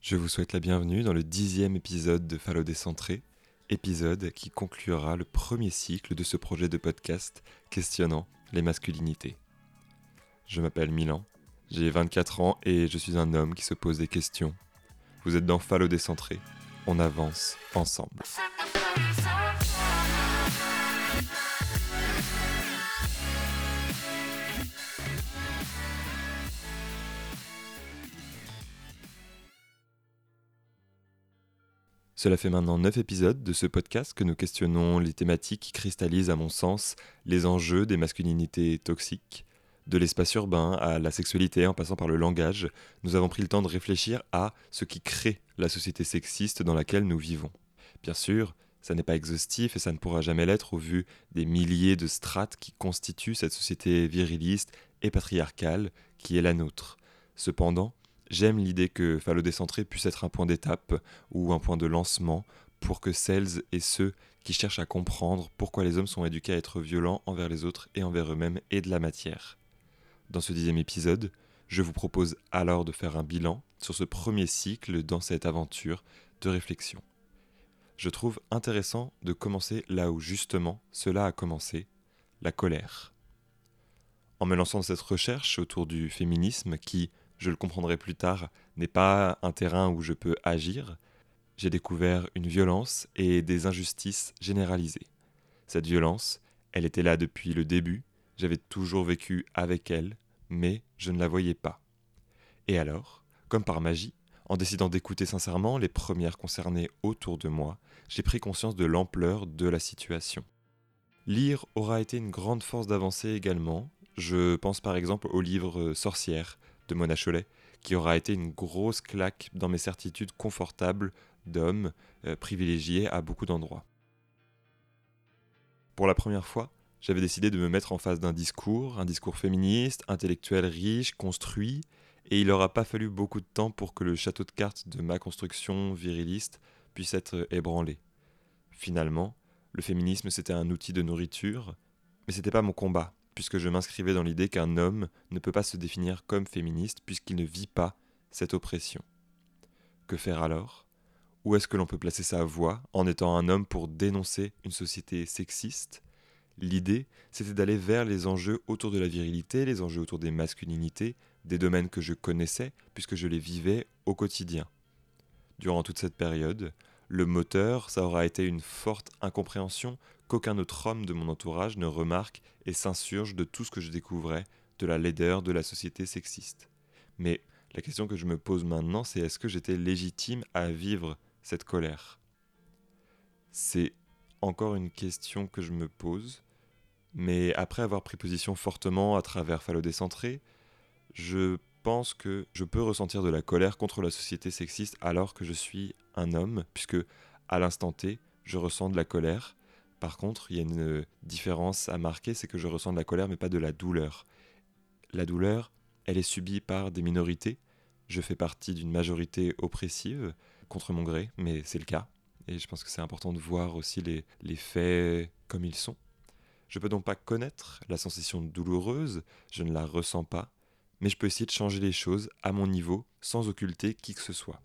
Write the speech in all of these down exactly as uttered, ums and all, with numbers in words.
Je vous souhaite la bienvenue dans le dixième épisode de Fallo Décentré, épisode qui conclura le premier cycle de ce projet de podcast questionnant les masculinités. Je m'appelle Milan, j'ai vingt-quatre ans et je suis un homme qui se pose des questions. Vous êtes dans Fallo Décentré, on avance ensemble. Cela fait maintenant neuf épisodes de ce podcast que nous questionnons les thématiques qui cristallisent à mon sens les enjeux des masculinités toxiques. De l'espace urbain à la sexualité en passant par le langage, nous avons pris le temps de réfléchir à ce qui crée la société sexiste dans laquelle nous vivons. Bien sûr, ça n'est pas exhaustif et ça ne pourra jamais l'être au vu des milliers de strates qui constituent cette société viriliste et patriarcale qui est la nôtre. Cependant, j'aime l'idée que Fallo Décentré puisse être un point d'étape ou un point de lancement pour que celles et ceux qui cherchent à comprendre pourquoi les hommes sont éduqués à être violents envers les autres et envers eux-mêmes aient de la matière. Dans ce dixième épisode, je vous propose alors de faire un bilan sur ce premier cycle dans cette aventure de réflexion. Je trouve intéressant de commencer là où justement cela a commencé, la colère. En me lançant dans cette recherche autour du féminisme qui, je le comprendrai plus tard, n'est pas un terrain où je peux agir, j'ai découvert une violence et des injustices généralisées. Cette violence, elle était là depuis le début, j'avais toujours vécu avec elle, mais je ne la voyais pas. Et alors, comme par magie, en décidant d'écouter sincèrement les premières concernées autour de moi, j'ai pris conscience de l'ampleur de la situation. Lire aura été une grande force d'avancée également. Je pense par exemple au livre Sorcière de Mona Chollet, qui aura été une grosse claque dans mes certitudes confortables d'homme euh, privilégié à beaucoup d'endroits. Pour la première fois, j'avais décidé de me mettre en face d'un discours, un discours féministe, intellectuel riche, construit, et il n'aura pas fallu beaucoup de temps pour que le château de cartes de ma construction viriliste puisse être ébranlé. Finalement, le féminisme c'était un outil de nourriture, mais c'était pas mon combat, puisque je m'inscrivais dans l'idée qu'un homme ne peut pas se définir comme féministe puisqu'il ne vit pas cette oppression. Que faire alors ? Où est-ce que l'on peut placer sa voix en étant un homme pour dénoncer une société sexiste ? L'idée, c'était d'aller vers les enjeux autour de la virilité, les enjeux autour des masculinités, des domaines que je connaissais puisque je les vivais au quotidien. Durant toute cette période, le moteur, ça aura été une forte incompréhension qu'aucun autre homme de mon entourage ne remarque et s'insurge de tout ce que je découvrais de la laideur de la société sexiste. Mais la question que je me pose maintenant, c'est est-ce que j'étais légitime à vivre cette colère ? C'est encore une question que je me pose, mais après avoir pris position fortement à travers Fallo Décentré, je pense que je peux ressentir de la colère contre la société sexiste alors que je suis un homme, puisque à l'instant T, je ressens de la colère. Par contre, il y a une différence à marquer, c'est que je ressens de la colère mais pas de la douleur. La douleur, elle est subie par des minorités. Je fais partie d'une majorité oppressive, contre mon gré, mais c'est le cas. Et je pense que c'est important de voir aussi les, les faits comme ils sont. Je peux donc pas connaître la sensation douloureuse, je ne la ressens pas, mais je peux essayer de changer les choses à mon niveau sans occulter qui que ce soit.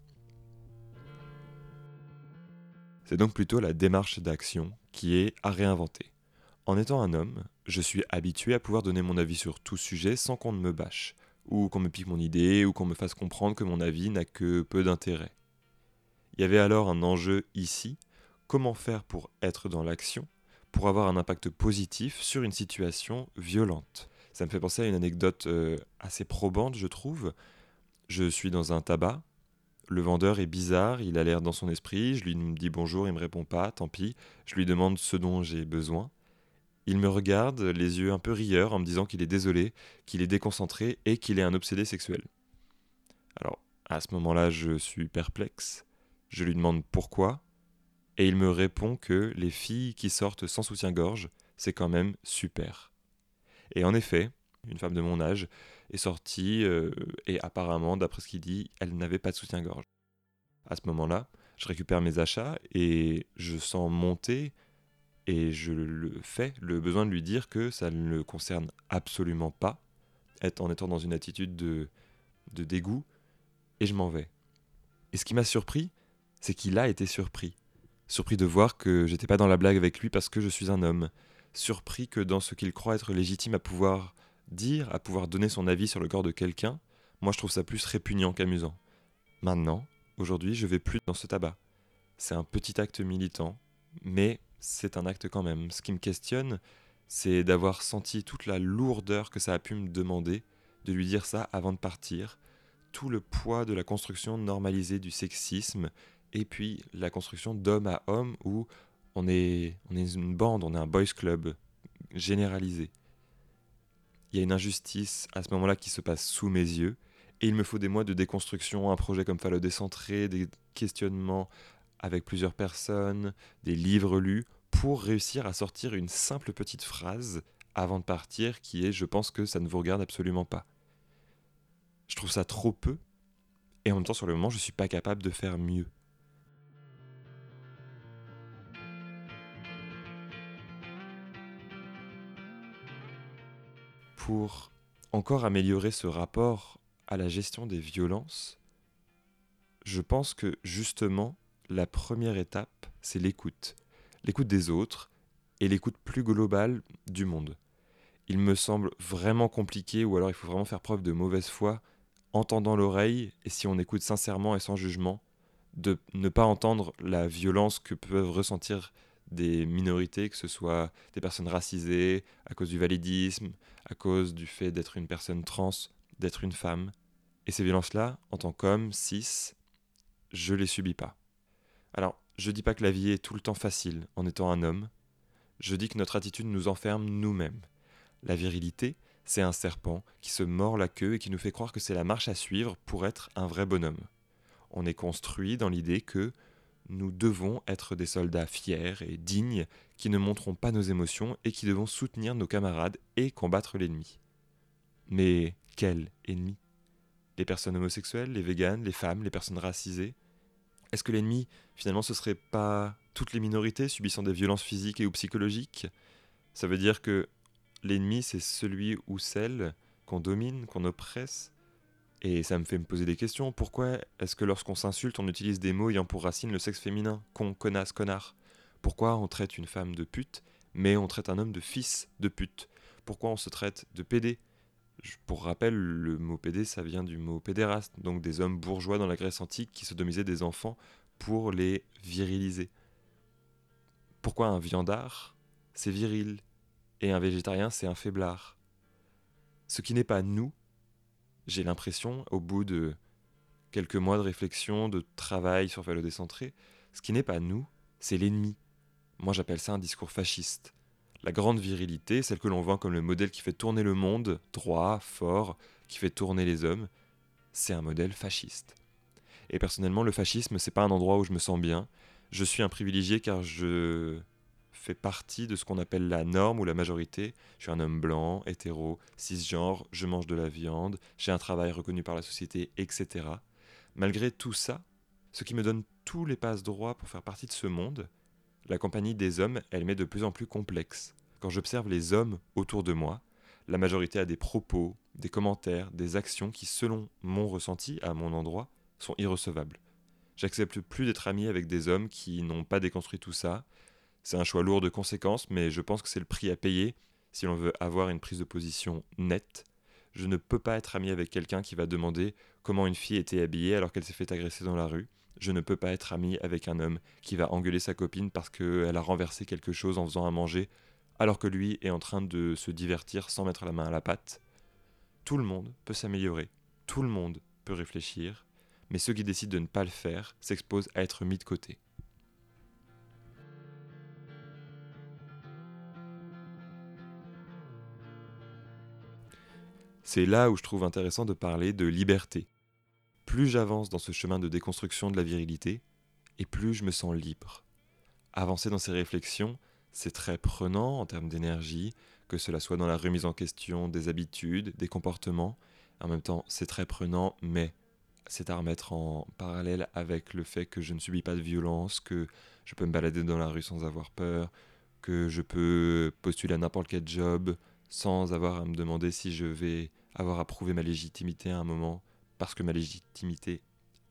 C'est donc plutôt la démarche d'action qui est à réinventer. En étant un homme, je suis habitué à pouvoir donner mon avis sur tout sujet sans qu'on ne me bâche, ou qu'on me pique mon idée, ou qu'on me fasse comprendre que mon avis n'a que peu d'intérêt. Il y avait alors un enjeu ici, comment faire pour être dans l'action, pour avoir un impact positif sur une situation violente. Ça me fait penser à une anecdote euh, assez probante, je trouve. Je suis dans un tabac, le vendeur est bizarre, il a l'air dans son esprit, je lui dis bonjour, il me répond pas, tant pis, je lui demande ce dont j'ai besoin. Il me regarde, les yeux un peu rieurs, en me disant qu'il est désolé, qu'il est déconcentré et qu'il est un obsédé sexuel. Alors, à ce moment-là, je suis perplexe, je lui demande pourquoi, et il me répond que les filles qui sortent sans soutien-gorge, c'est quand même super. Et en effet, une femme de mon âge est sortie euh, et apparemment, d'après ce qu'il dit, elle n'avait pas de soutien-gorge. À ce moment-là, je récupère mes achats et je sens monter, et je le fais, le besoin de lui dire que ça ne le concerne absolument pas, être en étant dans une attitude de, de dégoût, et je m'en vais. Et ce qui m'a surpris, c'est qu'il a été surpris. Surpris de voir que j'étais pas dans la blague avec lui parce que je suis un homme. Surpris que dans ce qu'il croit être légitime à pouvoir dire, à pouvoir donner son avis sur le corps de quelqu'un, moi je trouve ça plus répugnant qu'amusant. Maintenant, aujourd'hui, je vais plus dans ce tabac. C'est un petit acte militant, mais c'est un acte quand même. Ce qui me questionne, c'est d'avoir senti toute la lourdeur que ça a pu me demander de lui dire ça avant de partir, tout le poids de la construction normalisée du sexisme, et puis la construction d'homme à homme où on est, on est une bande, on est un boys club généralisé. Il y a une injustice à ce moment-là qui se passe sous mes yeux, et il me faut des mois de déconstruction, un projet comme Fallo décentré, des questionnements avec plusieurs personnes, des livres lus, pour réussir à sortir une simple petite phrase avant de partir qui est « je pense que ça ne vous regarde absolument pas ». Je trouve ça trop peu, et en même temps sur le moment je ne suis pas capable de faire mieux. Pour encore améliorer ce rapport à la gestion des violences, je pense que justement la première étape c'est l'écoute. L'écoute des autres et l'écoute plus globale du monde. Il me semble vraiment compliqué, ou alors il faut vraiment faire preuve de mauvaise foi, en tendant l'oreille, et si on écoute sincèrement et sans jugement, de ne pas entendre la violence que peuvent ressentir des minorités, que ce soit des personnes racisées, à cause du validisme, à cause du fait d'être une personne trans, d'être une femme. Et ces violences-là, en tant qu'homme, cis, je les subis pas. Alors, je dis pas que la vie est tout le temps facile en étant un homme, je dis que notre attitude nous enferme nous-mêmes. La virilité, c'est un serpent qui se mord la queue et qui nous fait croire que c'est la marche à suivre pour être un vrai bonhomme. On est construit dans l'idée que nous devons être des soldats fiers et dignes qui ne montreront pas nos émotions et qui devons soutenir nos camarades et combattre l'ennemi. Mais quel ennemi ? Les personnes homosexuelles, les véganes, les femmes, les personnes racisées ? Est-ce que l'ennemi, finalement, ce serait pas toutes les minorités subissant des violences physiques et ou psychologiques ? Ça veut dire que l'ennemi, c'est celui ou celle qu'on domine, qu'on oppresse. Et ça me fait me poser des questions. Pourquoi est-ce que lorsqu'on s'insulte, on utilise des mots ayant pour racine le sexe féminin ? Con, connasse, connard. Pourquoi on traite une femme de pute, mais on traite un homme de fils de pute ? Pourquoi on se traite de pédé ? Pour rappel, le mot pédé, ça vient du mot pédéraste, donc des hommes bourgeois dans la Grèce antique qui sodomisaient des enfants pour les viriliser. Pourquoi un viandard, c'est viril, et un végétarien, c'est un faiblard ? Ce qui n'est pas nous, j'ai l'impression, au bout de quelques mois de réflexion, de travail sur Fallo décentré, ce qui n'est pas nous, c'est l'ennemi. Moi j'appelle ça un discours fasciste. La grande virilité, celle que l'on vend comme le modèle qui fait tourner le monde, droit, fort, qui fait tourner les hommes, c'est un modèle fasciste. Et personnellement, le fascisme, c'est pas un endroit où je me sens bien. Je suis un privilégié car je fais partie de ce qu'on appelle la norme ou la majorité. Je suis un homme blanc, hétéro, cisgenre, je mange de la viande, j'ai un travail reconnu par la société, et cetera. Malgré tout ça, ce qui me donne tous les passe-droits pour faire partie de ce monde, la compagnie des hommes, elle m'est de plus en plus complexe. Quand j'observe les hommes autour de moi, la majorité a des propos, des commentaires, des actions qui, selon mon ressenti, à mon endroit, sont irrecevables. J'accepte plus d'être ami avec des hommes qui n'ont pas déconstruit tout ça. C'est un choix lourd de conséquences, mais je pense que c'est le prix à payer si l'on veut avoir une prise de position nette. Je ne peux pas être ami avec quelqu'un qui va demander comment une fille était habillée alors qu'elle s'est fait agresser dans la rue. Je ne peux pas être ami avec un homme qui va engueuler sa copine parce qu'elle a renversé quelque chose en faisant à manger alors que lui est en train de se divertir sans mettre la main à la pâte. Tout le monde peut s'améliorer, tout le monde peut réfléchir, mais ceux qui décident de ne pas le faire s'exposent à être mis de côté. C'est là où je trouve intéressant de parler de liberté. Plus j'avance dans ce chemin de déconstruction de la virilité, et plus je me sens libre. Avancer dans ces réflexions, c'est très prenant en termes d'énergie, que cela soit dans la remise en question des habitudes, des comportements. En même temps, c'est très prenant, mais c'est à remettre en parallèle avec le fait que je ne subis pas de violence, que je peux me balader dans la rue sans avoir peur, que je peux postuler à n'importe quel job sans avoir à me demander si je vais avoir à prouver ma légitimité à un moment, parce que ma légitimité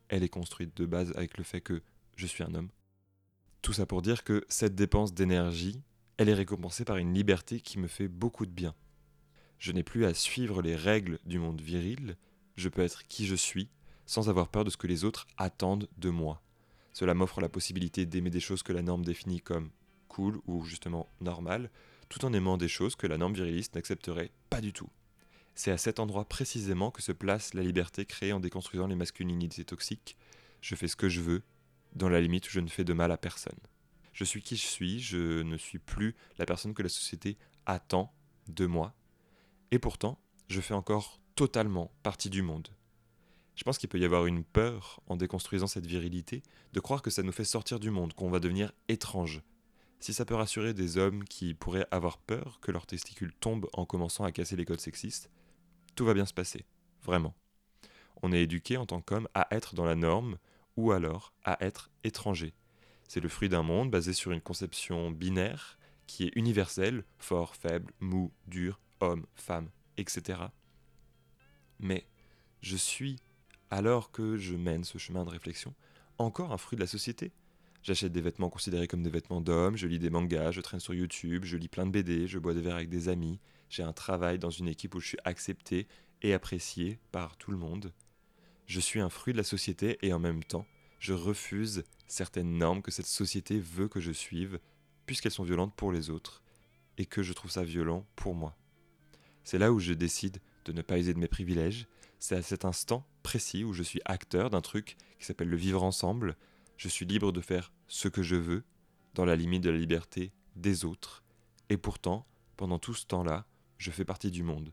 elle est construite de base avec le fait que je suis un homme. Tout ça pour dire que cette dépense d'énergie, elle est récompensée par une liberté qui me fait beaucoup de bien. Je n'ai plus à suivre les règles du monde viril, je peux être qui je suis, sans avoir peur de ce que les autres attendent de moi. Cela m'offre la possibilité d'aimer des choses que la norme définit comme cool ou justement normales, tout en aimant des choses que la norme viriliste n'accepterait pas du tout. C'est à cet endroit précisément que se place la liberté créée en déconstruisant les masculinités toxiques. Je fais ce que je veux, dans la limite où je ne fais de mal à personne. Je suis qui je suis, je ne suis plus la personne que la société attend de moi. Et pourtant, je fais encore totalement partie du monde. Je pense qu'il peut y avoir une peur, en déconstruisant cette virilité, de croire que ça nous fait sortir du monde, qu'on va devenir étrange. Si ça peut rassurer des hommes qui pourraient avoir peur que leurs testicules tombent en commençant à casser les codes sexistes, tout va bien se passer, vraiment. On est éduqué en tant qu'homme à être dans la norme, ou alors à être étranger. C'est le fruit d'un monde basé sur une conception binaire, qui est universelle, fort, faible, mou, dur, homme, femme, et cetera. Mais je suis, alors que je mène ce chemin de réflexion, encore un fruit de la société. J'achète des vêtements considérés comme des vêtements d'hommes, je lis des mangas, je traîne sur YouTube, je lis plein de B D, je bois des verres avec des amis, j'ai un travail dans une équipe où je suis accepté et apprécié par tout le monde. Je suis un fruit de la société et en même temps, je refuse certaines normes que cette société veut que je suive, puisqu'elles sont violentes pour les autres, et que je trouve ça violent pour moi. C'est là où je décide de ne pas user de mes privilèges, c'est à cet instant précis où je suis acteur d'un truc qui s'appelle le vivre ensemble, je suis libre de faire ce que je veux, dans la limite de la liberté des autres, et pourtant, pendant tout ce temps-là, je fais partie du monde.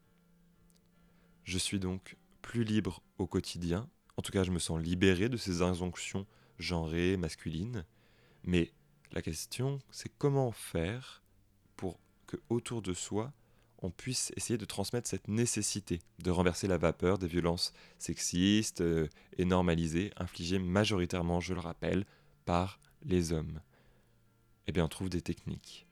Je suis donc plus libre au quotidien, en tout cas je me sens libéré de ces injonctions genrées, masculines, mais la question c'est comment faire pour que autour de soi on puisse essayer de transmettre cette nécessité de renverser la vapeur des violences sexistes euh, et normalisées, infligées majoritairement, je le rappelle, par les hommes. Eh bien on trouve des techniques.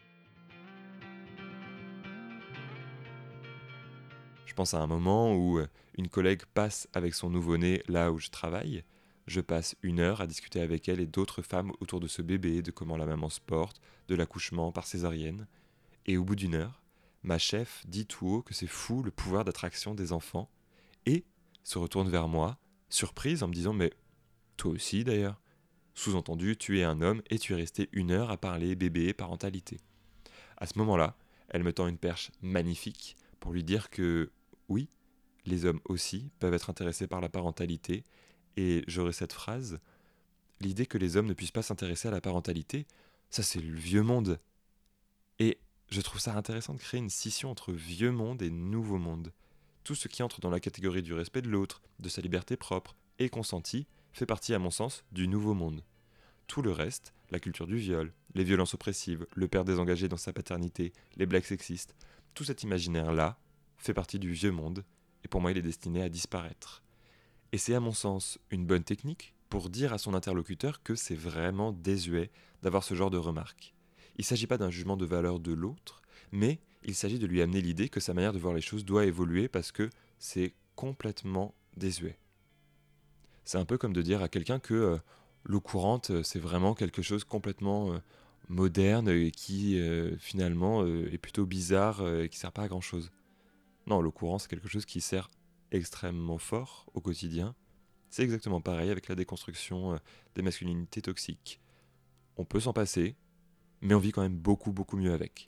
Je pense à un moment où une collègue passe avec son nouveau-né là où je travaille. Je passe une heure à discuter avec elle et d'autres femmes autour de ce bébé, de comment la maman se porte, de l'accouchement par césarienne. Et au bout d'une heure, ma chef dit tout haut que c'est fou le pouvoir d'attraction des enfants et se retourne vers moi, surprise en me disant « Mais toi aussi d'ailleurs ». Sous-entendu, tu es un homme et tu es resté une heure à parler bébé et parentalité. À ce moment-là, elle me tend une perche magnifique pour lui dire que oui, les hommes aussi peuvent être intéressés par la parentalité, et j'aurai cette phrase, l'idée que les hommes ne puissent pas s'intéresser à la parentalité, ça c'est le vieux monde. Et je trouve ça intéressant de créer une scission entre vieux monde et nouveau monde. Tout ce qui entre dans la catégorie du respect de l'autre, de sa liberté propre et consentie, fait partie à mon sens du nouveau monde. Tout le reste, la culture du viol, les violences oppressives, le père désengagé dans sa paternité, les blagues sexistes, tout cet imaginaire-là fait partie du vieux monde, et pour moi il est destiné à disparaître. Et c'est à mon sens une bonne technique pour dire à son interlocuteur que c'est vraiment désuet d'avoir ce genre de remarques. Il ne s'agit pas d'un jugement de valeur de l'autre, mais il s'agit de lui amener l'idée que sa manière de voir les choses doit évoluer parce que c'est complètement désuet. C'est un peu comme de dire à quelqu'un que euh, l'eau courante, euh, c'est vraiment quelque chose complètement euh, moderne et qui euh, finalement euh, est plutôt bizarre euh, et qui ne sert pas à grand chose. Non, l'eau courante, c'est quelque chose qui sert extrêmement fort au quotidien. C'est exactement pareil avec la déconstruction euh, des masculinités toxiques. On peut s'en passer, mais on vit quand même beaucoup beaucoup mieux avec.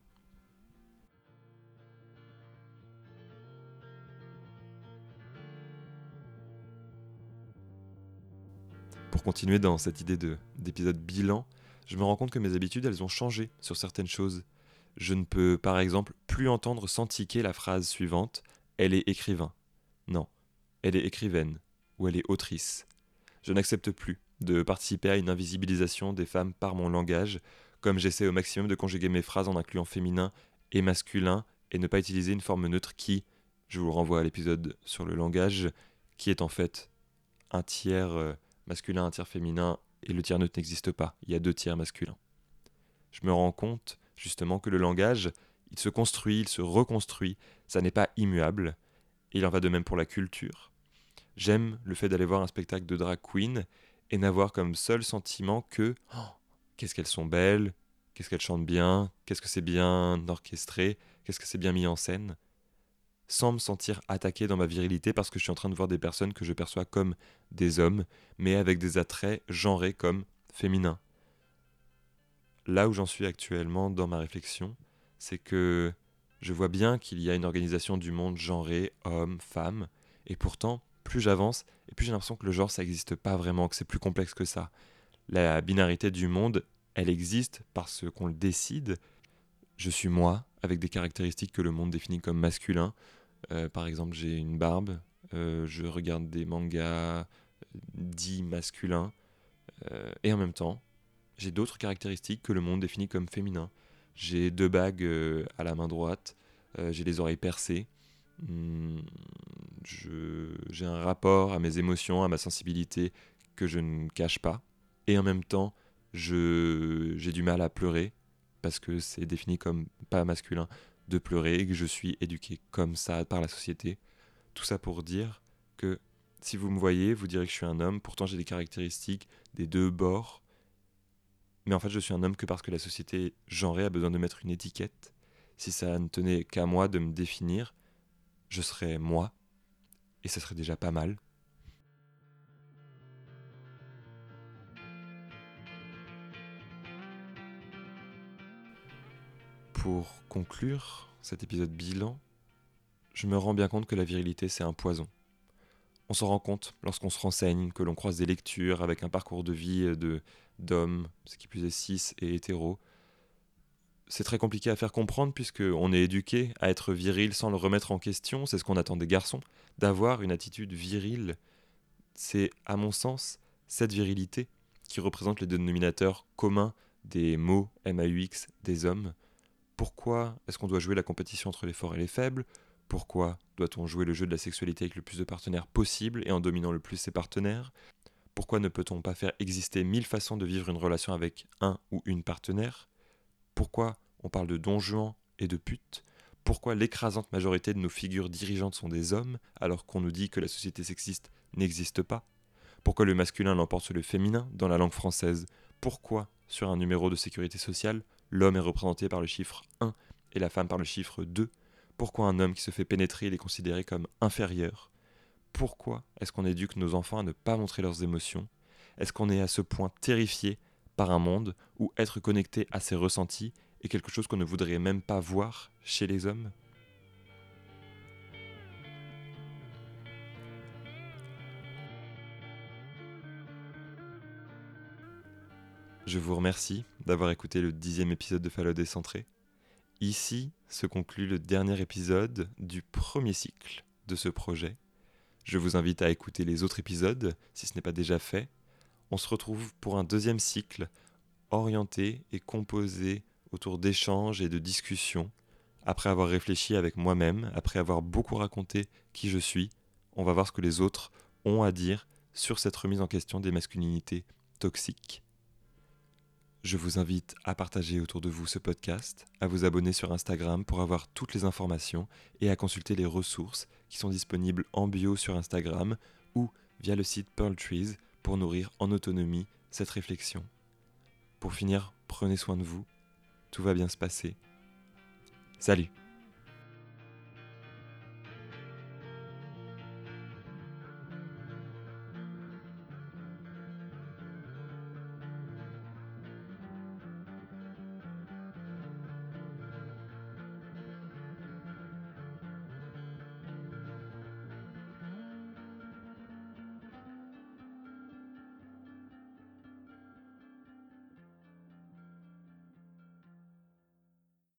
Pour continuer dans cette idée de, d'épisode bilan, je me rends compte que mes habitudes, elles ont changé sur certaines choses. Je ne peux par exemple plus entendre sans tiquer la phrase suivante « Elle est écrivain ». Non, elle est écrivaine ou elle est autrice. Je n'accepte plus de participer à une invisibilisation des femmes par mon langage, comme j'essaie au maximum de conjuguer mes phrases en incluant féminin et masculin et ne pas utiliser une forme neutre qui, je vous renvoie à l'épisode sur le langage, qui est en fait un tiers euh, masculin, un tiers féminin et le tiers neutre n'existe pas, il y a deux tiers masculins. Je me rends compte justement que le langage, il se construit, il se reconstruit, ça n'est pas immuable, et il en va de même pour la culture. J'aime le fait d'aller voir un spectacle de drag queen et n'avoir comme seul sentiment que oh, qu'est-ce qu'elles sont belles, qu'est-ce qu'elles chantent bien, qu'est-ce que c'est bien orchestré, qu'est-ce que c'est bien mis en scène, sans me sentir attaqué dans ma virilité parce que je suis en train de voir des personnes que je perçois comme des hommes, mais avec des attraits genrés comme féminins. Là où j'en suis actuellement dans ma réflexion, c'est que je vois bien qu'il y a une organisation du monde genré, hommes, femmes, et pourtant, plus j'avance, et plus j'ai l'impression que le genre, ça n'existe pas vraiment, que c'est plus complexe que ça. La binarité du monde, elle existe parce qu'on le décide. Je suis moi, avec des caractéristiques que le monde définit comme masculin. Euh, par exemple, j'ai une barbe, euh, je regarde des mangas dits masculins, euh, et en même temps, j'ai d'autres caractéristiques que le monde définit comme féminin. J'ai deux bagues euh, à la main droite, euh, j'ai les oreilles percées, hmm, je- j'ai un rapport à mes émotions, à ma sensibilité que je ne cache pas. Et en même temps, je, j'ai du mal à pleurer, parce que c'est défini comme pas masculin de pleurer, et que je suis éduqué comme ça par la société. Tout ça pour dire que si vous me voyez, vous direz que je suis un homme, pourtant j'ai des caractéristiques des deux bords, mais en fait, je suis un homme que parce que la société genrée a besoin de mettre une étiquette. Si ça ne tenait qu'à moi de me définir, je serais moi, et ce serait déjà pas mal. Pour conclure cet épisode bilan, je me rends bien compte que la virilité, c'est un poison. On s'en rend compte lorsqu'on se renseigne, que l'on croise des lectures avec un parcours de vie de, d'hommes, ce qui plus est cis et hétéros. C'est très compliqué à faire comprendre puisqu'on est éduqué à être viril sans le remettre en question, c'est ce qu'on attend des garçons, d'avoir une attitude virile. C'est, à mon sens, cette virilité qui représente les dénominateurs communs des mots M A U X des hommes. Pourquoi est-ce qu'on doit jouer la compétition entre les forts et les faibles? Pourquoi doit-on jouer le jeu de la sexualité avec le plus de partenaires possible et en dominant le plus ses partenaires? Pourquoi ne peut-on pas faire exister mille façons de vivre une relation avec un ou une partenaire? Pourquoi on parle de don Juan et de pute? Pourquoi l'écrasante majorité de nos figures dirigeantes sont des hommes alors qu'on nous dit que la société sexiste n'existe pas? Pourquoi le masculin l'emporte sur le féminin dans la langue française? Pourquoi, sur un numéro de sécurité sociale, l'homme est représenté par le chiffre un et la femme par le chiffre deux? Pourquoi un homme qui se fait pénétrer est considéré comme inférieur? Pourquoi est-ce qu'on éduque nos enfants à ne pas montrer leurs émotions? Est-ce qu'on est à ce point terrifié par un monde où être connecté à ses ressentis est quelque chose qu'on ne voudrait même pas voir chez les hommes? Je vous remercie d'avoir écouté le dixième épisode de Fallout Décentré. Ici se conclut le dernier épisode du premier cycle de ce projet. Je vous invite à écouter les autres épisodes si ce n'est pas déjà fait. On se retrouve pour un deuxième cycle orienté et composé autour d'échanges et de discussions. Après avoir réfléchi avec moi-même, après avoir beaucoup raconté qui je suis, on va voir ce que les autres ont à dire sur cette remise en question des masculinités toxiques. Je vous invite à partager autour de vous ce podcast, à vous abonner sur Instagram pour avoir toutes les informations et à consulter les ressources qui sont disponibles en bio sur Instagram ou via le site Pearl Trees pour nourrir en autonomie cette réflexion. Pour finir, prenez soin de vous, tout va bien se passer. Salut!